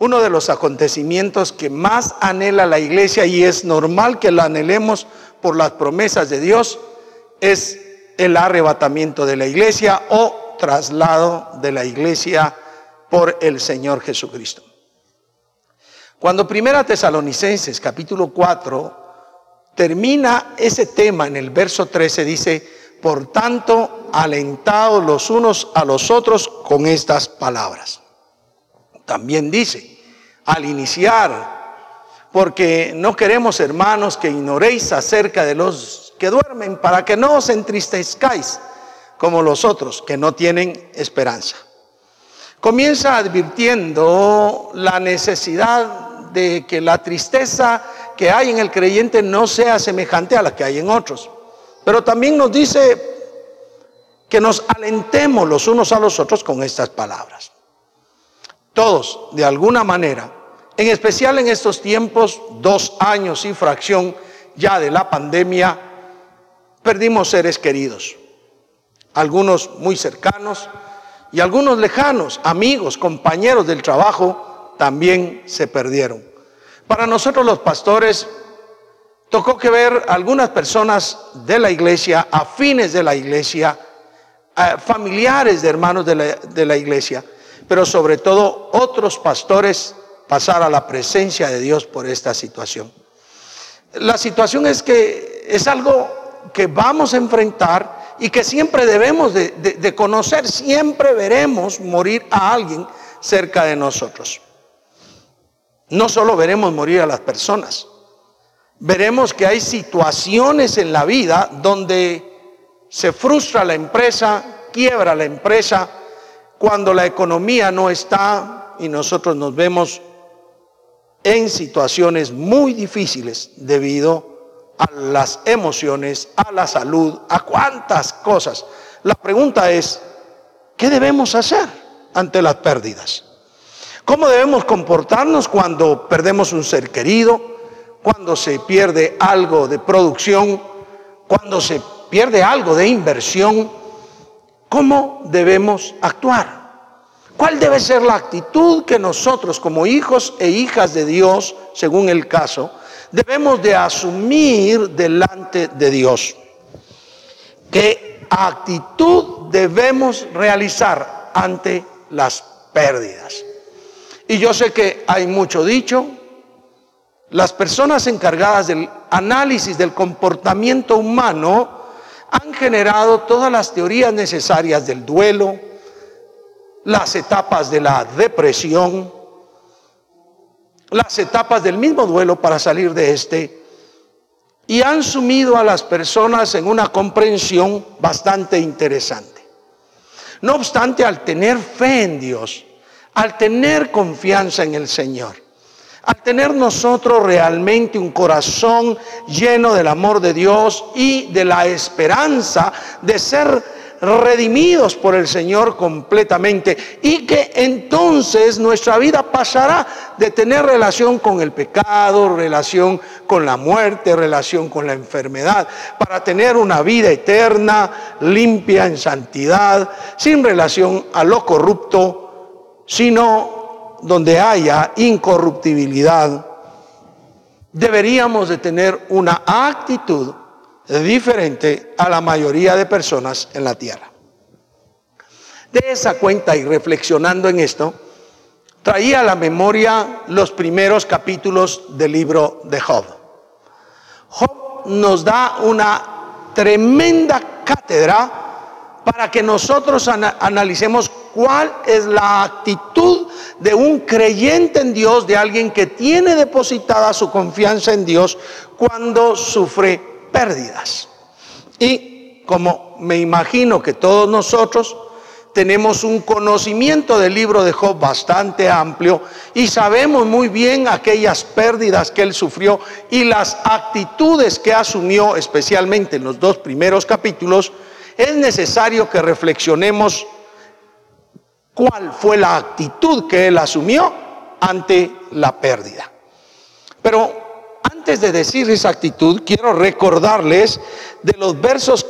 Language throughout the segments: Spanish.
Uno de los acontecimientos que más anhela la iglesia, y es normal que la anhelemos por las promesas de Dios, es el arrebatamiento de la iglesia o traslado de la iglesia por el Señor Jesucristo. Cuando Primera Tesalonicenses capítulo 4 termina ese tema en el verso 13, dice: por tanto, alentados los unos a los otros con estas palabras. También dice, al iniciar, porque no queremos, hermanos, que ignoréis acerca de los que duermen, para que no os entristezcáis como los otros que no tienen esperanza. Comienza advirtiendo la necesidad de que la tristeza que hay en el creyente no sea semejante a la que hay en otros. Pero también nos dice que nos alentemos los unos a los otros con estas palabras. Todos, de alguna manera, en especial en estos tiempos, 2 años y fracción ya de la pandemia, perdimos seres queridos. Algunos muy cercanos y algunos lejanos, amigos, compañeros del trabajo, también se perdieron. Para nosotros los pastores, tocó que ver algunas personas de la iglesia, afines de la iglesia, familiares de hermanos de la iglesia, pero sobre todo otros pastores pasar a la presencia de Dios por esta situación. La situación es que es algo que vamos a enfrentar y que siempre debemos de conocer. Siempre veremos morir a alguien cerca de nosotros. No solo veremos morir a las personas, veremos que hay situaciones en la vida donde se frustra la empresa, quiebra la empresa, cuando la economía no está y nosotros nos vemos en situaciones muy difíciles debido a las emociones, a la salud, a cuántas cosas. La pregunta es, ¿qué debemos hacer ante las pérdidas? ¿Cómo debemos comportarnos cuando perdemos un ser querido? Cuando se pierde algo de producción, cuando se pierde algo de inversión, ¿cómo debemos actuar? ¿Cuál debe ser la actitud que nosotros como hijos e hijas de Dios, según el caso, debemos de asumir delante de Dios? ¿Qué actitud debemos realizar ante las pérdidas? Y yo sé que hay mucho dicho. Las personas encargadas del análisis del comportamiento humano han generado todas las teorías necesarias del duelo, las etapas de la depresión, las etapas del mismo duelo para salir de este, y han sumido a las personas en una comprensión bastante interesante. No obstante, al tener fe en Dios, al tener confianza en el Señor, al tener nosotros realmente un corazón lleno del amor de Dios y de la esperanza de ser redimidos por el Señor completamente, y que entonces nuestra vida pasará de tener relación con el pecado, relación con la muerte, relación con la enfermedad, para tener una vida eterna, limpia en santidad, sin relación a lo corrupto, sino donde haya incorruptibilidad. Deberíamos de tener una actitud diferente a la mayoría de personas en la tierra. De esa cuenta, y reflexionando en esto, traía a la memoria los primeros capítulos del libro de Job. Job nos da una tremenda cátedra para que nosotros analicemos cuál es la actitud de un creyente en Dios, de alguien que tiene depositada su confianza en Dios cuando sufre pérdidas. Y como me imagino que todos nosotros tenemos un conocimiento del libro de Job bastante amplio y sabemos muy bien aquellas pérdidas que él sufrió y las actitudes que asumió, especialmente en los 2 primeros capítulos, es necesario que reflexionemos cuál fue la actitud que él asumió ante la pérdida. Pero antes de decir esa actitud, quiero recordarles de los versos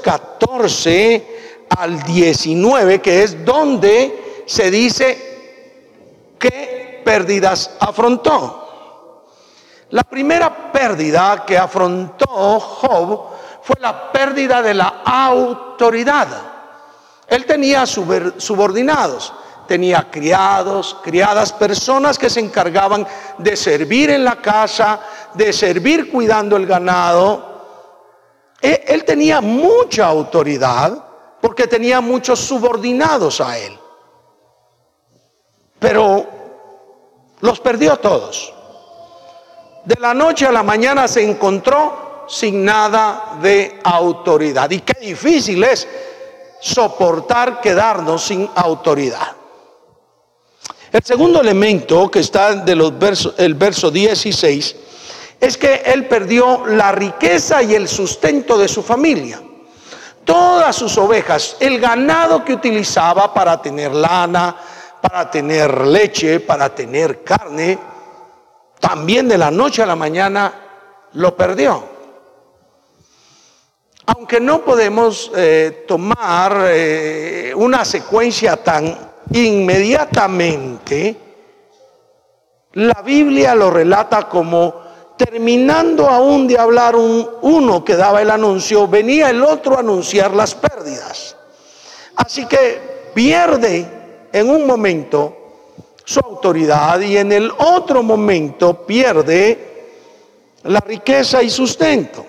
14 al 19, que es donde se dice que ¿qué pérdidas afrontó? La primera pérdida que afrontó Job fue la pérdida de la autoridad. Él tenía subordinados, tenía criados, criadas, personas que se encargaban de servir en la casa, de servir cuidando el ganado. Él tenía mucha autoridad porque tenía muchos subordinados a él. Pero los perdió todos. De la noche a la mañana se encontró sin nada de autoridad. Y qué difícil es soportar quedarnos sin autoridad. El segundo elemento que está de el verso 16 es que él perdió la riqueza y el sustento de su familia. Todas sus ovejas, el ganado que utilizaba para tener lana, para tener leche, para tener carne, también de la noche a la mañana lo perdió. Aunque no podemos tomar una secuencia tan inmediatamente, la Biblia lo relata como terminando aún de hablar uno que daba el anuncio, venía el otro a anunciar las pérdidas. Así que pierde en un momento su autoridad y en el otro momento pierde la riqueza y sustento.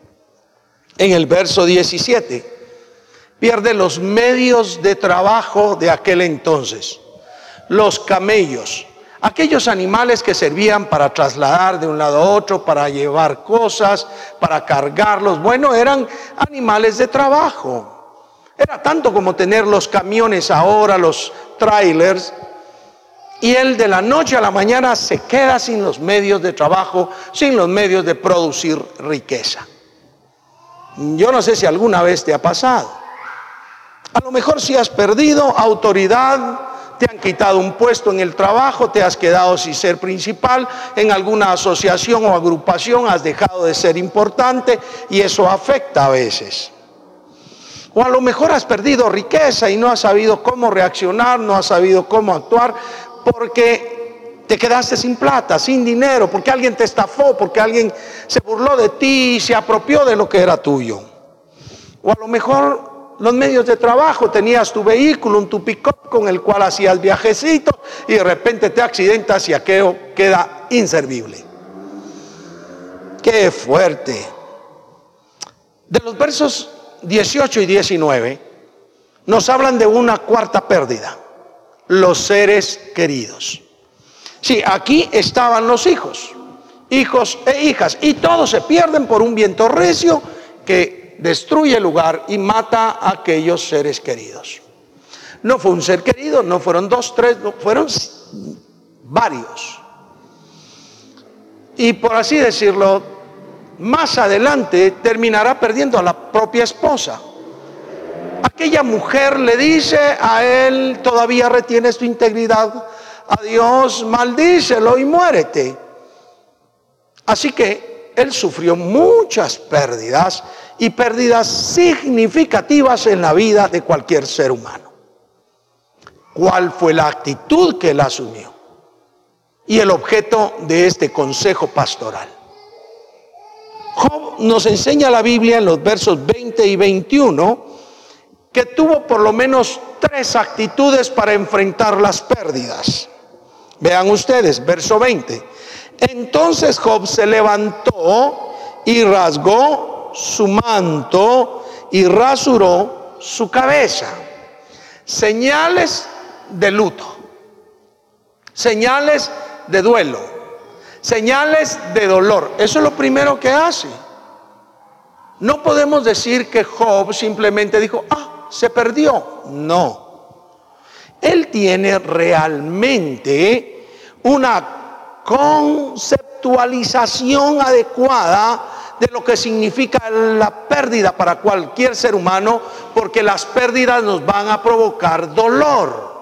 En el verso 17 pierde los medios de trabajo de aquel entonces, los camellos, aquellos animales que servían para trasladar de un lado a otro, para llevar cosas, para cargarlos. Bueno, eran animales de trabajo. Era tanto como tener los camiones ahora, los trailers. Y él de la noche a la mañana se queda sin los medios de trabajo, sin los medios de producir riqueza. Yo no sé si alguna vez te ha pasado. A lo mejor si has perdido autoridad, te han quitado un puesto en el trabajo, te has quedado sin ser principal, en alguna asociación o agrupación has dejado de ser importante y eso afecta a veces. O a lo mejor has perdido riqueza y no has sabido cómo reaccionar, no has sabido cómo actuar porque te quedaste sin plata, sin dinero, porque alguien te estafó, porque alguien se burló de ti y se apropió de lo que era tuyo. O a lo mejor los medios de trabajo, tenías tu vehículo, tu pick-up con el cual hacías viajecitos y de repente te accidentas y aquello queda inservible. ¡Qué fuerte! De los versos 18 y 19 nos hablan de una cuarta pérdida: los seres queridos. Sí, aquí estaban los hijos e hijas, y todos se pierden por un viento recio que destruye el lugar y mata a aquellos seres queridos. No fue un ser querido, no fueron dos, tres, no, fueron varios. Y por así decirlo, más adelante terminará perdiendo a la propia esposa. Aquella mujer le dice a él: todavía retienes tu integridad, adiós, maldícelo y muérete. Así que él sufrió muchas pérdidas y pérdidas significativas en la vida de cualquier ser humano. ¿Cuál fue la actitud que él asumió? Y el objeto de este consejo pastoral. Job nos enseña la Biblia en los versos 20 y 21 que tuvo por lo menos 3 actitudes para enfrentar las pérdidas. Vean ustedes, verso 20. Entonces Job se levantó y rasgó su manto y rasuró su cabeza. Señales de luto, señales de duelo, señales de dolor. Eso es lo primero que hace. No podemos decir que Job simplemente dijo: se perdió. No. Él tiene realmente una conceptualización adecuada de lo que significa la pérdida para cualquier ser humano, porque las pérdidas nos van a provocar dolor.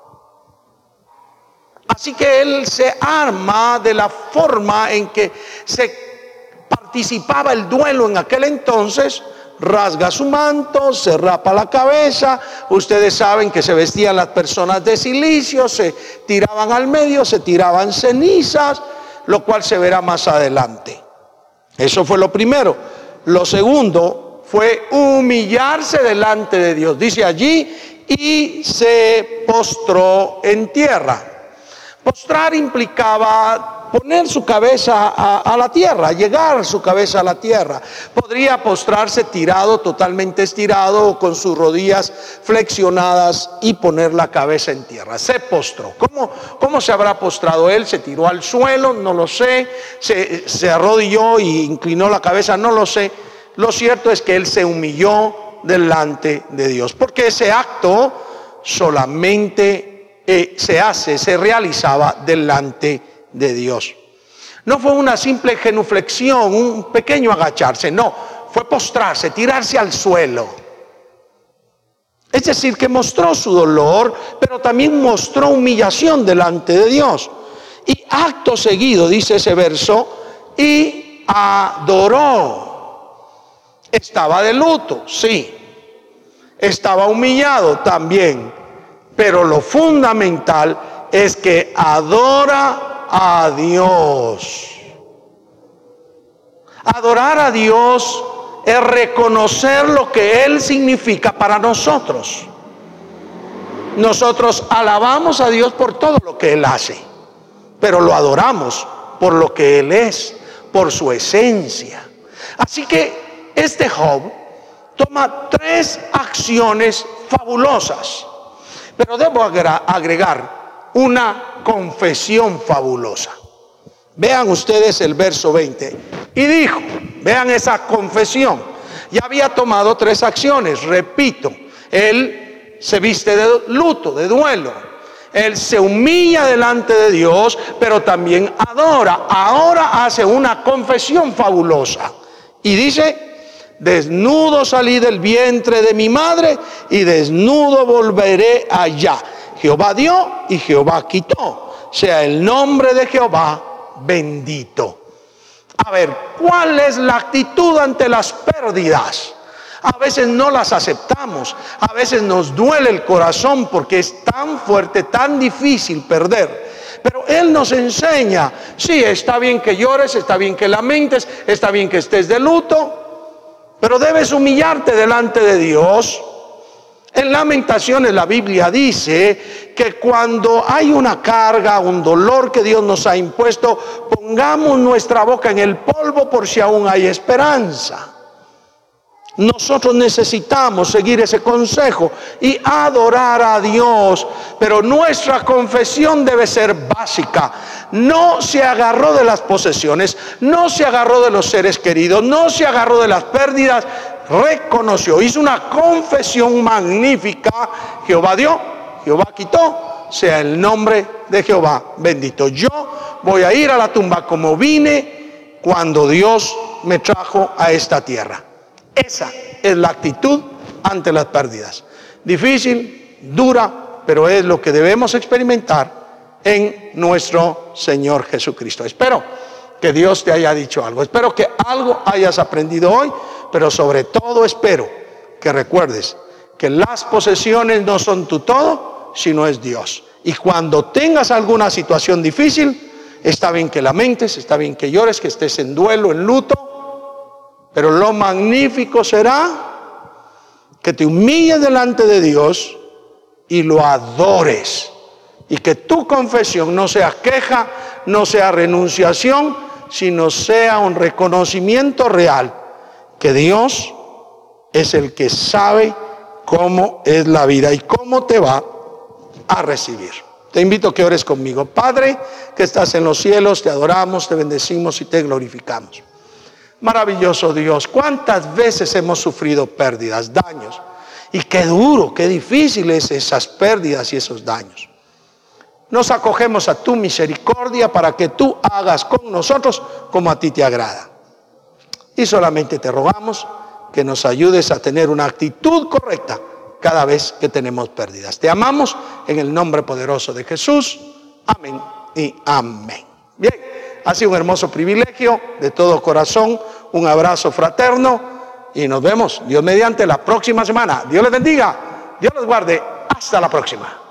Así que él se arma de la forma en que se participaba el duelo en aquel entonces, rasga su manto, se rapa la cabeza. Ustedes saben que se vestían las personas de cilicio, se tiraban al medio, se tiraban cenizas, lo cual se verá más adelante. Eso fue lo primero. Lo segundo fue humillarse delante de Dios. Dice allí, y se postró en tierra. Postrar implicaba poner su cabeza a la tierra, llegar su cabeza a la tierra. Podría postrarse tirado, totalmente estirado, o con sus rodillas flexionadas y poner la cabeza en tierra. Se postró. ¿Cómo se habrá postrado él? ¿Se tiró al suelo? No lo sé. ¿Se arrodilló y inclinó la cabeza? No lo sé. Lo cierto es que él se humilló delante de Dios, porque ese acto solamente se realizaba delante de Dios. No fue una simple genuflexión, un pequeño agacharse, no, fue postrarse, tirarse al suelo. Es decir, que mostró su dolor, pero también mostró humillación delante de Dios. Y acto seguido, dice ese verso, y adoró. Estaba de luto, sí. Estaba humillado también. Pero lo fundamental es que adora a Dios. Adorar a Dios es reconocer lo que Él significa para nosotros. Nosotros alabamos a Dios por todo lo que Él hace, pero lo adoramos por lo que Él es, por su esencia. Así que este Job toma 3 acciones fabulosas, pero debo agregar una confesión fabulosa. Vean ustedes el verso 20. Y dijo, vean esa confesión. Ya había tomado 3 acciones, repito. Él se viste de luto, de duelo. Él se humilla delante de Dios, pero también adora. Ahora hace una confesión fabulosa. Y dice, desnudo salí del vientre de mi madre y desnudo volveré allá. Jehová dio y Jehová quitó. Sea el nombre de Jehová bendito. A ver, ¿cuál es la actitud ante las pérdidas? A veces no las aceptamos, a veces nos duele el corazón porque es tan fuerte, tan difícil perder. Pero Él nos enseña, sí, está bien que llores, está bien que lamentes, está bien que estés de luto, pero debes humillarte delante de Dios. En Lamentaciones la Biblia dice que cuando hay una carga, un dolor que Dios nos ha impuesto, pongamos nuestra boca en el polvo por si aún hay esperanza. Nosotros necesitamos seguir ese consejo y adorar a Dios, pero nuestra confesión debe ser básica. No se agarró de las posesiones, no se agarró de los seres queridos, no se agarró de las pérdidas, reconoció, hizo una confesión magnífica. Jehová dio, Jehová quitó, sea el nombre de Jehová bendito. Yo voy a ir a la tumba como vine cuando Dios me trajo a esta tierra. Esa es la actitud ante las pérdidas. Difícil, dura, pero es lo que debemos experimentar en nuestro Señor Jesucristo. Espero que Dios te haya dicho algo. Espero que algo hayas aprendido hoy, pero sobre todo espero que recuerdes que las posesiones no son tu todo, sino es Dios. Y cuando tengas alguna situación difícil, está bien que lamentes, está bien que llores, que estés en duelo, en luto, pero lo magnífico será que te humilles delante de Dios y lo adores. Y que tu confesión no sea queja, no sea renunciación, sino sea un reconocimiento real que Dios es el que sabe cómo es la vida y cómo te va a recibir. Te invito a que ores conmigo. Padre, que estás en los cielos, te adoramos, te bendecimos y te glorificamos. Maravilloso Dios, cuántas veces hemos sufrido pérdidas, daños, y qué duro, qué difícil es esas pérdidas y esos daños. Nos acogemos a tu misericordia para que tú hagas con nosotros como a ti te agrada. Y solamente te rogamos que nos ayudes a tener una actitud correcta cada vez que tenemos pérdidas. Te amamos en el nombre poderoso de Jesús. Amén y amén. Bien. Ha sido un hermoso privilegio, de todo corazón, un abrazo fraterno y nos vemos, Dios mediante, la próxima semana. Dios les bendiga, Dios los guarde. Hasta la próxima.